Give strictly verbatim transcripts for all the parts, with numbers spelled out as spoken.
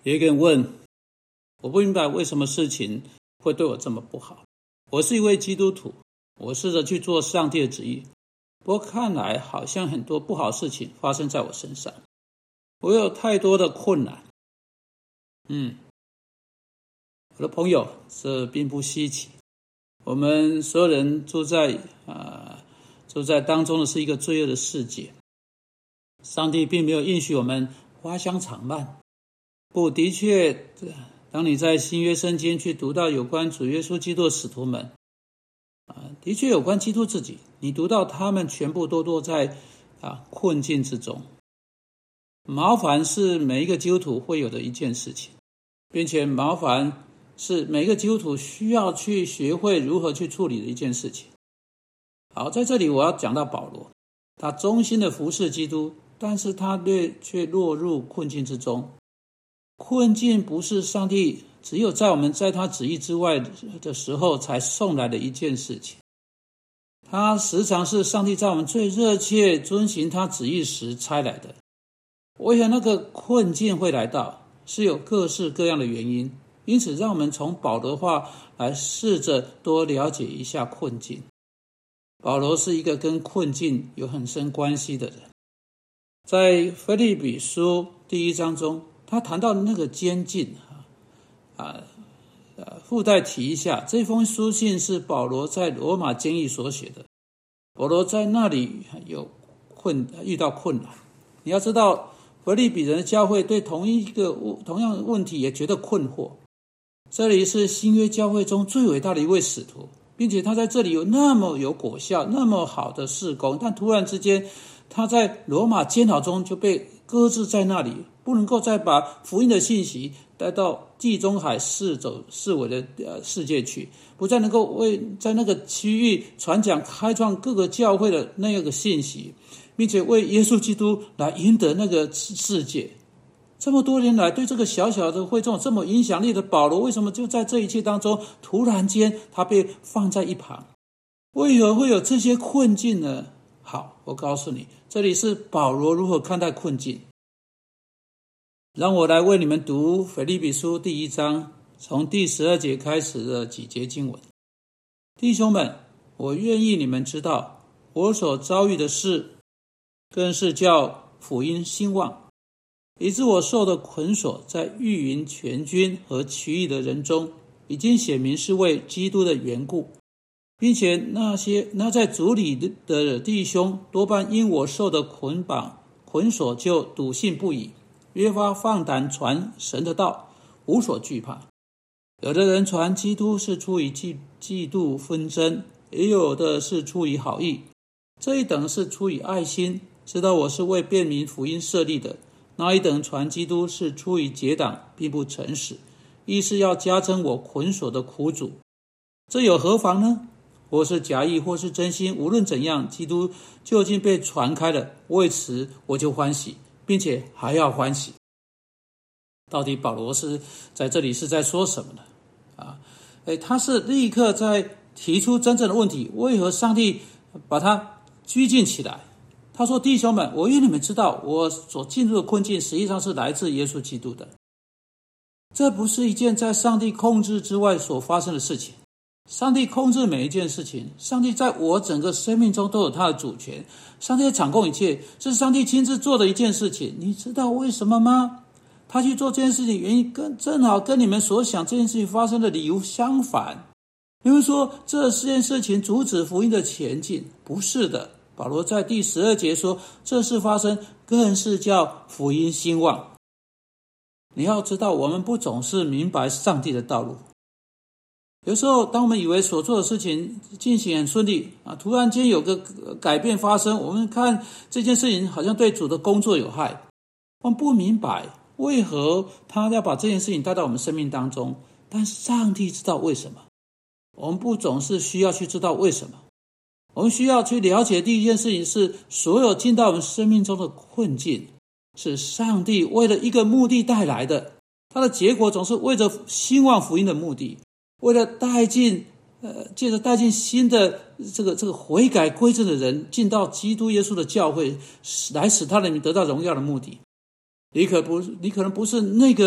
有一个人问，我不明白为什么事情会对我这么不好。我是一位基督徒，我试着去做上帝的旨意，不过看来好像很多不好的事情发生在我身上，我有太多的困难。嗯，我的朋友，这并不稀奇。我们所有人住在呃住在当中的是一个罪恶的世界。上帝并没有应许我们花香长漫。不，的确，当你在新约圣经去读到有关主耶稣基督的使徒们，啊，的确有关基督自己，你读到他们全部都落在啊困境之中。麻烦是每一个基督徒会有的一件事情，并且麻烦是每一个基督徒需要去学会如何去处理的一件事情。好，在这里我要讲到保罗，他忠心的服侍基督，但是他却落入困境之中。困境不是上帝只有在我们在他旨意之外的时候才送来的一件事情，他时常是上帝在我们最热切遵行他旨意时差来的。我想那个困境会来到，是有各式各样的原因，因此让我们从保罗的话来试着多了解一下困境。保罗是一个跟困境有很深关系的人，在腓立比书第一章中，他谈到那个监禁啊，呃，附带提一下，这封书信是保罗在罗马监狱所写的。保罗在那里有困遇到困难。你要知道，腓立比人的教会对同一个同样的问题也觉得困惑。这里是新约教会中最伟大的一位使徒，并且他在这里有那么有果效，那么好的事工，但突然之间，他在罗马监牢中就被搁置在那里，不能够再把福音的信息带到地中海四周四围的呃世界去，不再能够为在那个区域传讲开创各个教会的那个信息，并且为耶稣基督来赢得那个世界。这么多年来，对这个小小的会众这么影响力的保罗，为什么就在这一切当中突然间他被放在一旁？为何会有这些困境呢？好，我告诉你，这里是保罗如何看待困境。让我来为你们读腓立比书第一章，从第十二节开始的几节经文。弟兄们，我愿意你们知道，我所遭遇的事，更是叫福音兴旺，以致我受的捆锁，在御营全军和其余的人中，已经显明是为基督的缘故，并且那些那在主里的弟兄，多半因我受的捆绑捆锁，就笃信不疑，越发放胆传神的道，无所惧怕。有的人传基督是出于嫉嫉妒纷争，也有的是出于好意。这一等是出于爱心，知道我是为便民福音设立的；那一等传基督是出于结党，并不诚实，意是要加增我捆锁的苦主。这有何妨呢？或是假意，或是真心，无论怎样，基督究竟被传开了，为此我就欢喜，并且还要欢喜。到底保罗是在这里是在说什么呢？啊，诶，他是立刻在提出真正的问题，为何上帝把他拘禁起来？他说：弟兄们，我愿你们知道，我所进入的困境实际上是来自耶稣基督的。这不是一件在上帝控制之外所发生的事情。上帝控制每一件事情，上帝在我整个生命中都有他的主权，上帝掌控一切，是上帝亲自做的一件事情。你知道为什么吗？他去做这件事情原因跟正好跟你们所想这件事情发生的理由相反。你们说这件事情阻止福音的前进，不是的。保罗在第十二节说，这事发生更是叫福音兴旺。你要知道，我们不总是明白上帝的道路。有时候当我们以为所做的事情进行很顺利啊，突然间有个改变发生，我们看这件事情好像对主的工作有害，我们不明白为何他要把这件事情带到我们生命当中，但上帝知道为什么。我们不总是需要去知道为什么，我们需要去了解第一件事情是，所有进到我们生命中的困境是上帝为了一个目的带来的，它的结果总是为着兴旺福音的目的，为了带进呃，借着带进新的这个这个悔改归正的人进到基督耶稣的教会，来使他的名得到荣耀的目的。你可不，你可能不是那个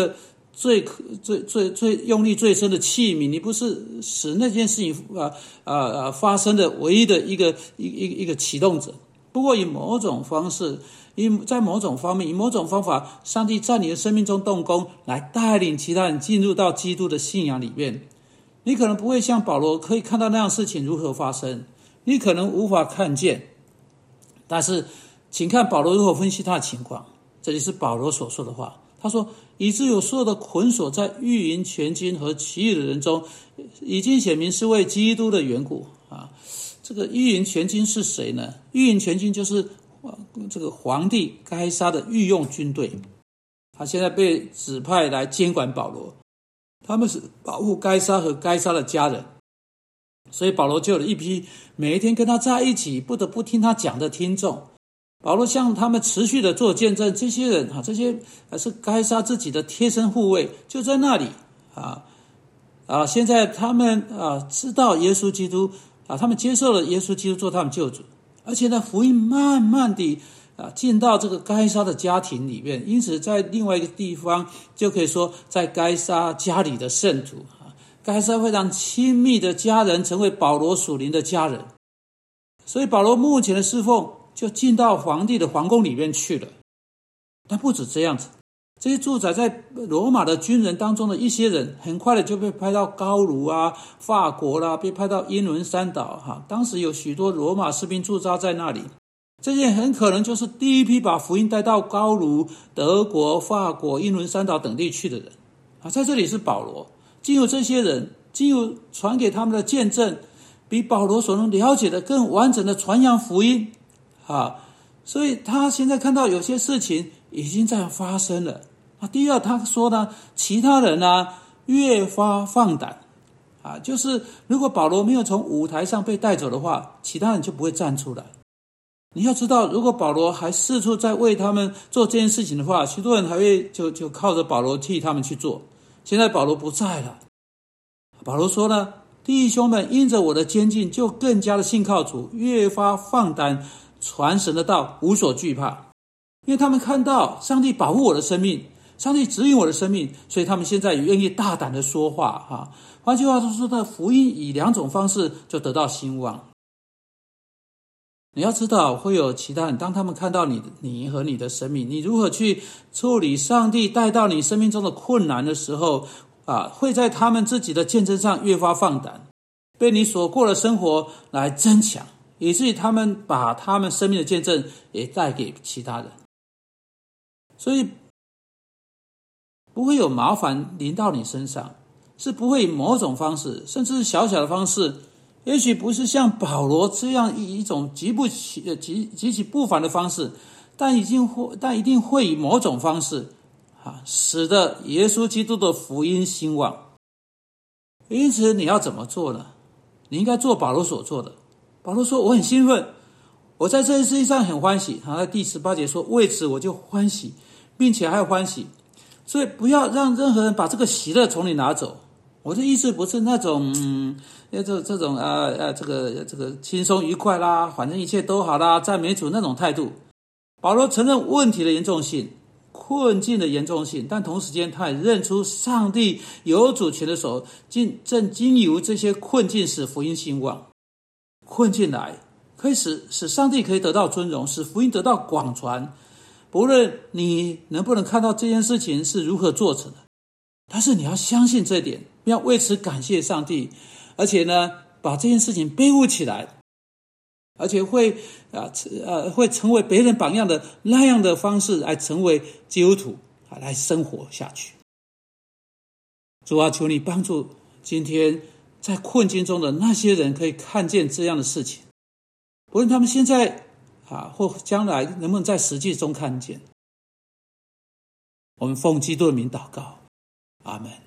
最最最最用力最深的器皿，你不是使那件事情啊啊啊发生的唯一的一个一一一个启动者。不过以某种方式，以在某种方面，以某种方法，上帝在你的生命中动工，来带领其他人进入到基督的信仰里面。你可能不会像保罗可以看到那样事情如何发生，你可能无法看见，但是请看保罗如何分析他的情况。这里是保罗所说的话，他说：以致有所有的捆锁在御营全军和其余的人中，已经显明是为基督的缘故啊。这个御营全军是谁呢？御营全军就是这个皇帝该杀的御用军队，他现在被指派来监管保罗，他们是保护该杀和该杀的家人，所以保罗就有了一批每一天跟他在一起不得不听他讲的听众。保罗向他们持续的做见证，这些人啊，这些是该杀自己的贴身护卫，就在那里啊啊！现在他们啊知道耶稣基督啊，他们接受了耶稣基督做他们救主，而且呢，福音慢慢地啊进到这个该杀的家庭里面。因此，在另外一个地方就可以说，在该杀家里的圣徒啊，该杀非常亲密的家人成为保罗属灵的家人。所以，保罗目前的侍奉就进到皇帝的皇宫里面去了。但不止这样子，这些驻扎在罗马的军人当中的一些人，很快的就被派到高卢啊、法国啦、啊，被派到英伦三岛哈。当时有许多罗马士兵驻扎在那里，这些很可能就是第一批把福音带到高卢、德国、法国、英伦三岛等地去的人啊。在这里是保罗，经由这些人，经由传给他们的见证，比保罗所能了解的更完整的传扬福音啊。所以他现在看到有些事情已经在发生了。啊，第二，他说呢，其他人呢越发放胆啊，就是如果保罗没有从舞台上被带走的话，其他人就不会站出来。你要知道，如果保罗还四处在为他们做这件事情的话，许多人还会就就靠着保罗替他们去做。现在保罗不在了，保罗说呢，弟兄们因着我的坚禁，就更加的信靠主，越发放胆传神的道，无所惧怕，因为他们看到上帝保护我的生命，上帝指引我的生命，所以他们现在也愿意大胆的说话哈。换句话说呢，福音以两种方式就得到兴旺。你要知道，会有其他人，当他们看到你你和你的生命，你如何去处理上帝带到你生命中的困难的时候啊，会在他们自己的见证上越发放胆，被你所过的生活来增强，以至于他们把他们生命的见证也带给其他人。所以不会有麻烦临到你身上，是不会以某种方式，甚至是小小的方式，也许不是像保罗这样以一种极不极极极其不凡的方式，但已经会但一定会以某种方式啊，使得耶稣基督的福音兴旺。因此你要怎么做呢？你应该做保罗所做的。保罗说，我很兴奋，我在这件事情上很欢喜。他在第十八节说，为此我就欢喜，并且还要欢喜。所以不要让任何人把这个喜乐从你拿走。我的意思不是那种嗯，这这种呃呃这个这个轻松愉快啦，反正一切都好啦，赞美主那种态度。保罗承认问题的严重性，困境的严重性，但同时间他也认出上帝有主权的手，正经由这些困境使福音兴旺。困境来可以使使上帝可以得到尊荣，使福音得到广传。不论你能不能看到这件事情是如何做成的，但是你要相信这一点，要为此感谢上帝，而且呢，把这件事情背负起来，而且会啊呃会成为别人榜样的那样的方式来成为基督徒啊，来生活下去。主啊，求你帮助今天在困境中的那些人，可以看见这样的事情，不论他们现在啊，或将来能不能在实际中看见。我们奉基督的名祷告，阿们。